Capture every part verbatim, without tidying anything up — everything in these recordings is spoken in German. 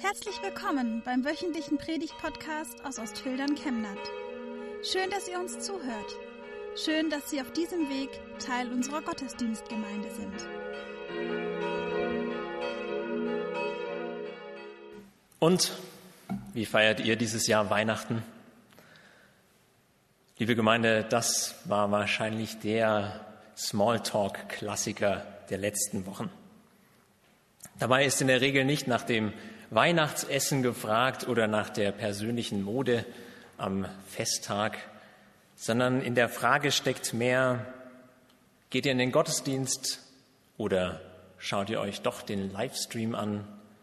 Herzlich willkommen beim wöchentlichen Predigt-Podcast aus Ostfildern-Chemnat. Schön, dass ihr uns zuhört. Schön, dass Sie auf diesem Weg Teil unserer Gottesdienstgemeinde sind. Und wie feiert ihr dieses Jahr Weihnachten? Liebe Gemeinde, das war wahrscheinlich der Smalltalk-Klassiker der letzten Wochen. Dabei ist in der Regel nicht nach dem Weihnachtsessen gefragt oder nach der persönlichen Mode am Festtag, sondern in der Frage steckt mehr: Geht ihr in den Gottesdienst oder schaut ihr euch doch den Livestream an?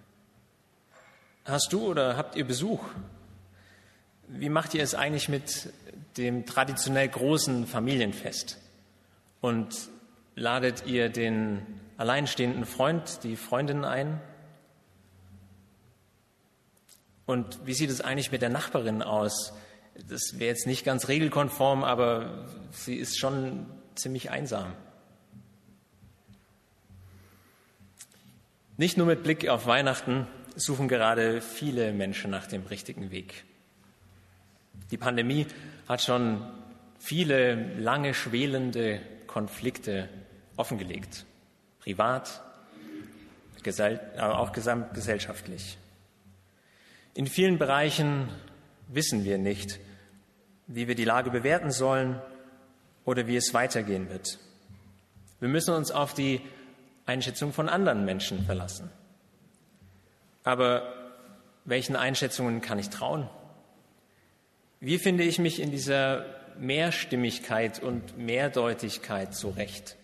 Hast du oder habt ihr Besuch? Wie macht ihr es eigentlich mit dem traditionell großen Familienfest? Und ladet ihr den alleinstehenden Freund, die Freundin ein? Und wie sieht es eigentlich mit der Nachbarin aus? Das wäre jetzt nicht ganz regelkonform, aber sie ist schon ziemlich einsam. Nicht nur mit Blick auf Weihnachten suchen gerade viele Menschen nach dem richtigen Weg. Die Pandemie hat schon viele lange schwelende Konflikte offengelegt. Privat, aber auch gesamtgesellschaftlich. In vielen Bereichen wissen wir nicht, wie wir die Lage bewerten sollen oder wie es weitergehen wird. Wir müssen uns auf die Einschätzung von anderen Menschen verlassen. Aber welchen Einschätzungen kann ich trauen? Wie finde ich mich in dieser Mehrstimmigkeit und Mehrdeutigkeit zurecht?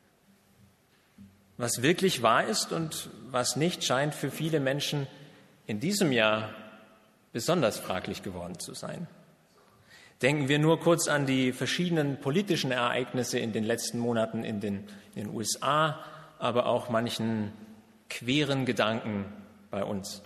Was wirklich wahr ist und was nicht, scheint für viele Menschen in diesem Jahr besonders fraglich geworden zu sein. Denken wir nur kurz an die verschiedenen politischen Ereignisse in den letzten Monaten in den, in den U S A, aber auch manchen queren Gedanken bei uns.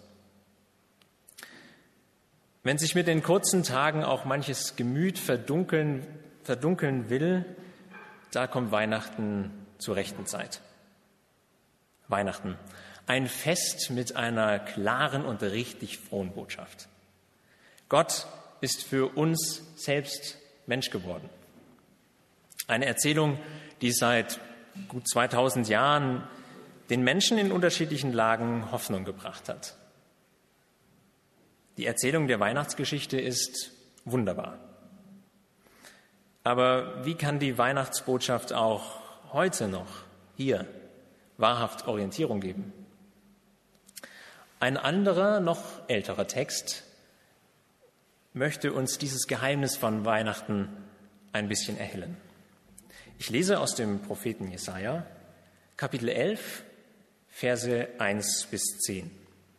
Wenn sich mit den kurzen Tagen auch manches Gemüt verdunkeln, verdunkeln will, da kommt Weihnachten zur rechten Zeit. Weihnachten, ein Fest mit einer klaren und richtig frohen Botschaft. Gott ist für uns selbst Mensch geworden. Eine Erzählung, die seit gut zweitausend Jahren den Menschen in unterschiedlichen Lagen Hoffnung gebracht hat. Die Erzählung der Weihnachtsgeschichte ist wunderbar. Aber wie kann die Weihnachtsbotschaft auch heute noch hier wahrhaft Orientierung geben? Ein anderer, noch älterer Text möchte uns dieses Geheimnis von Weihnachten ein bisschen erhellen. Ich lese aus dem Propheten Jesaja, Kapitel elf, Verse eins bis zehn.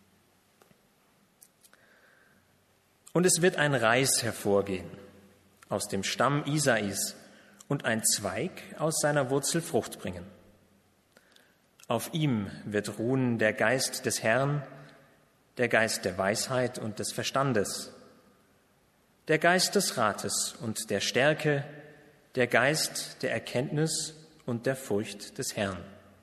Und es wird ein Reis hervorgehen aus dem Stamm Isais und ein Zweig aus seiner Wurzel Frucht bringen. Auf ihm wird ruhen der Geist des Herrn, der Geist der Weisheit und des Verstandes, der Geist des Rates und der Stärke, der Geist der Erkenntnis und der Furcht des Herrn.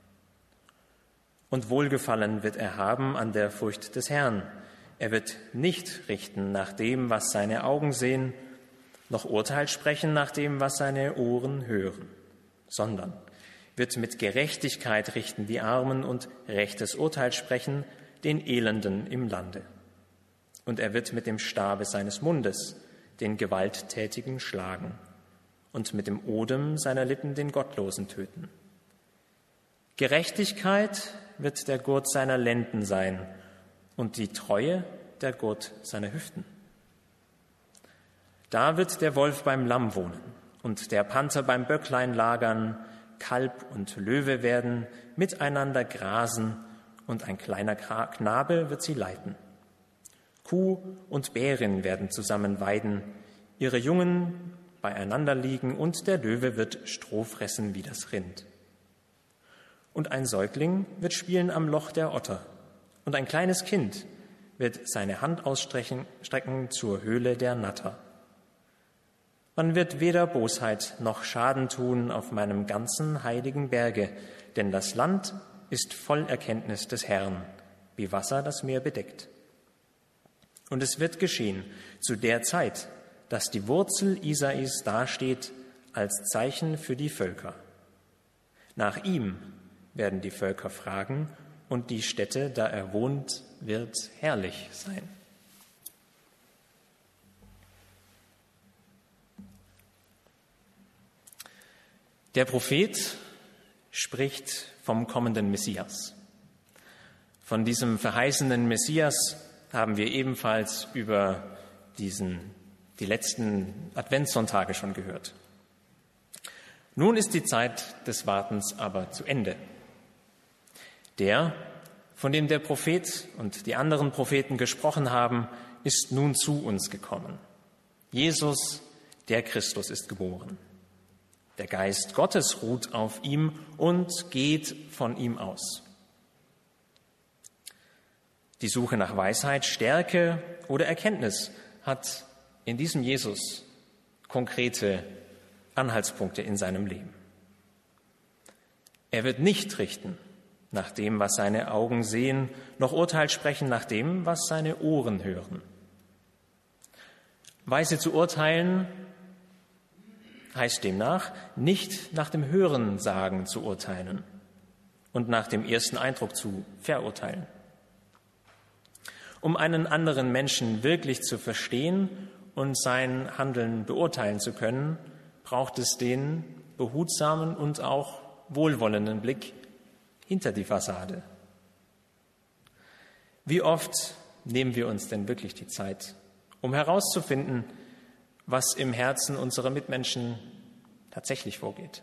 Und Wohlgefallen wird er haben an der Furcht des Herrn. Er wird nicht richten nach dem, was seine Augen sehen, noch Urteil sprechen nach dem, was seine Ohren hören, sondern wird mit Gerechtigkeit richten die Armen und rechtes Urteil sprechen den Elenden im Lande. Und er wird mit dem Stabe seines Mundes den Gewalttätigen schlagen und mit dem Odem seiner Lippen den Gottlosen töten. Gerechtigkeit wird der Gurt seiner Lenden sein und die Treue der Gurt seiner Hüften. Da wird der Wolf beim Lamm wohnen und der Panther beim Böcklein lagern, Kalb und Löwe werden miteinander grasen und ein kleiner Knabe wird sie leiten. Kuh und Bärin werden zusammen weiden, ihre Jungen beieinander liegen und der Löwe wird Stroh fressen wie das Rind. Und ein Säugling wird spielen am Loch der Otter und ein kleines Kind wird seine Hand ausstrecken strecken zur Höhle der Natter. Man wird weder Bosheit noch Schaden tun auf meinem ganzen heiligen Berge, denn das Land ist voll Erkenntnis des Herrn, wie Wasser das Meer bedeckt. Und es wird geschehen zu der Zeit, dass die Wurzel Isais dasteht als Zeichen für die Völker. Nach ihm werden die Völker fragen, und die Stätte, da er wohnt, wird herrlich sein. Der Prophet spricht vom kommenden Messias. Von diesem verheißenen Messias haben wir ebenfalls über diesen, die letzten Adventssonntage schon gehört. Nun ist die Zeit des Wartens aber zu Ende. Der, von dem der Prophet und die anderen Propheten gesprochen haben, ist nun zu uns gekommen. Jesus, der Christus, ist geboren. Der Geist Gottes ruht auf ihm und geht von ihm aus. Die Suche nach Weisheit, Stärke oder Erkenntnis hat in diesem Jesus konkrete Anhaltspunkte in seinem Leben. Er wird nicht richten nach dem, was seine Augen sehen, noch Urteil sprechen nach dem, was seine Ohren hören. Weise zu urteilen heißt demnach, nicht nach dem Hörensagen zu urteilen und nach dem ersten Eindruck zu verurteilen. Um einen anderen Menschen wirklich zu verstehen und sein Handeln beurteilen zu können, braucht es den behutsamen und auch wohlwollenden Blick hinter die Fassade. Wie oft nehmen wir uns denn wirklich die Zeit, um herauszufinden, was im Herzen unserer Mitmenschen tatsächlich vorgeht?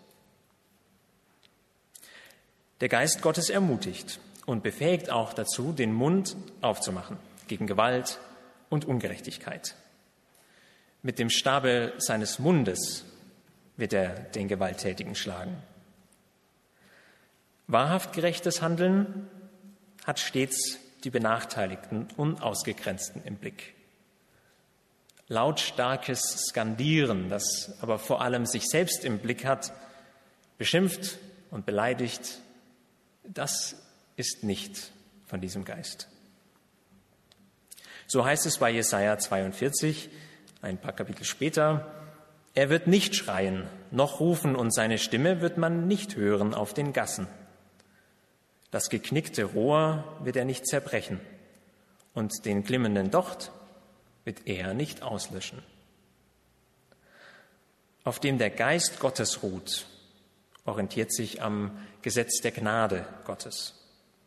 Der Geist Gottes ermutigt und befähigt auch dazu, den Mund aufzumachen gegen Gewalt und Ungerechtigkeit. Mit dem Stabe seines Mundes wird er den Gewalttätigen schlagen. Wahrhaft gerechtes Handeln hat stets die Benachteiligten und Ausgegrenzten im Blick. Lautstarkes Skandieren, das aber vor allem sich selbst im Blick hat, beschimpft und beleidigt, das ist nicht von diesem Geist. So heißt es bei Jesaja zweiundvierzig, ein paar Kapitel später: Er wird nicht schreien, noch rufen, und seine Stimme wird man nicht hören auf den Gassen. Das geknickte Rohr wird er nicht zerbrechen, und den glimmenden Docht wird er nicht auslöschen. Auf dem der Geist Gottes ruht, orientiert sich am Gesetz der Gnade Gottes.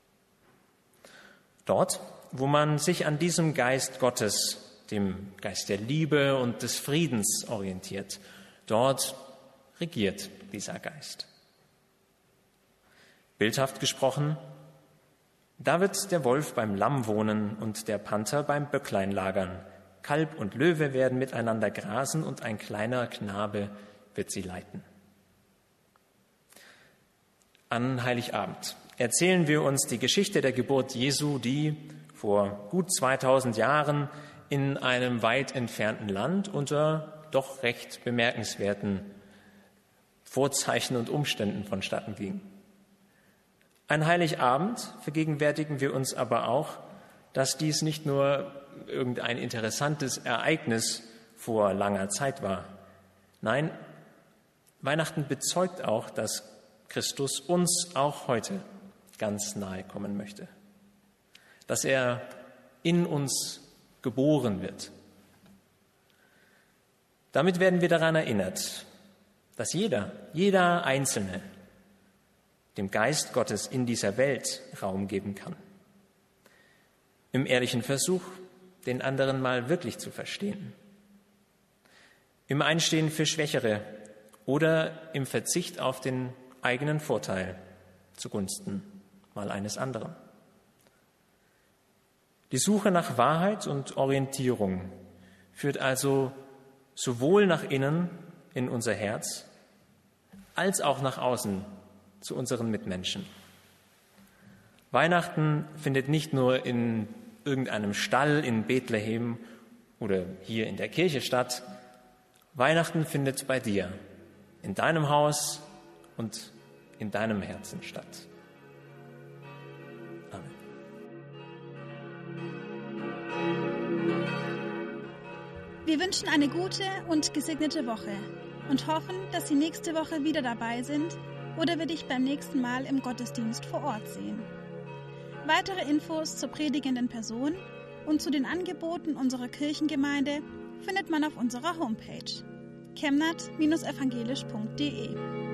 Dort, wo man sich an diesem Geist Gottes, dem Geist der Liebe und des Friedens orientiert, dort regiert dieser Geist. Bildhaft gesprochen, da wird der Wolf beim Lamm wohnen und der Panther beim Böcklein lagern. Kalb und Löwe werden miteinander grasen und ein kleiner Knabe wird sie leiten. An Heiligabend erzählen wir uns die Geschichte der Geburt Jesu, die vor gut zweitausend Jahren in einem weit entfernten Land unter doch recht bemerkenswerten Vorzeichen und Umständen vonstatten ging. An Heiligabend vergegenwärtigen wir uns aber auch, dass dies nicht nur irgendein interessantes Ereignis vor langer Zeit war. Nein, Weihnachten bezeugt auch, dass Christus uns auch heute ganz nahe kommen möchte. Dass er in uns geboren wird. Damit werden wir daran erinnert, dass jeder, jeder Einzelne dem Geist Gottes in dieser Welt Raum geben kann. Im ehrlichen Versuch, den anderen mal wirklich zu verstehen. Im Einstehen für Schwächere oder im Verzicht auf den eigenen Vorteil zugunsten mal eines anderen. Die Suche nach Wahrheit und Orientierung führt also sowohl nach innen in unser Herz als auch nach außen zu unseren Mitmenschen. Weihnachten findet nicht nur in irgendeinem Stall in Bethlehem oder hier in der Kirche statt. Weihnachten findet bei dir, in deinem Haus und in deinem Herzen statt. Amen. Wir wünschen eine gute und gesegnete Woche und hoffen, dass Sie nächste Woche wieder dabei sind oder wir dich beim nächsten Mal im Gottesdienst vor Ort sehen. Weitere Infos zur predigenden Person und zu den Angeboten unserer Kirchengemeinde findet man auf unserer Homepage chemnat Bindestrich evangelisch punkt de.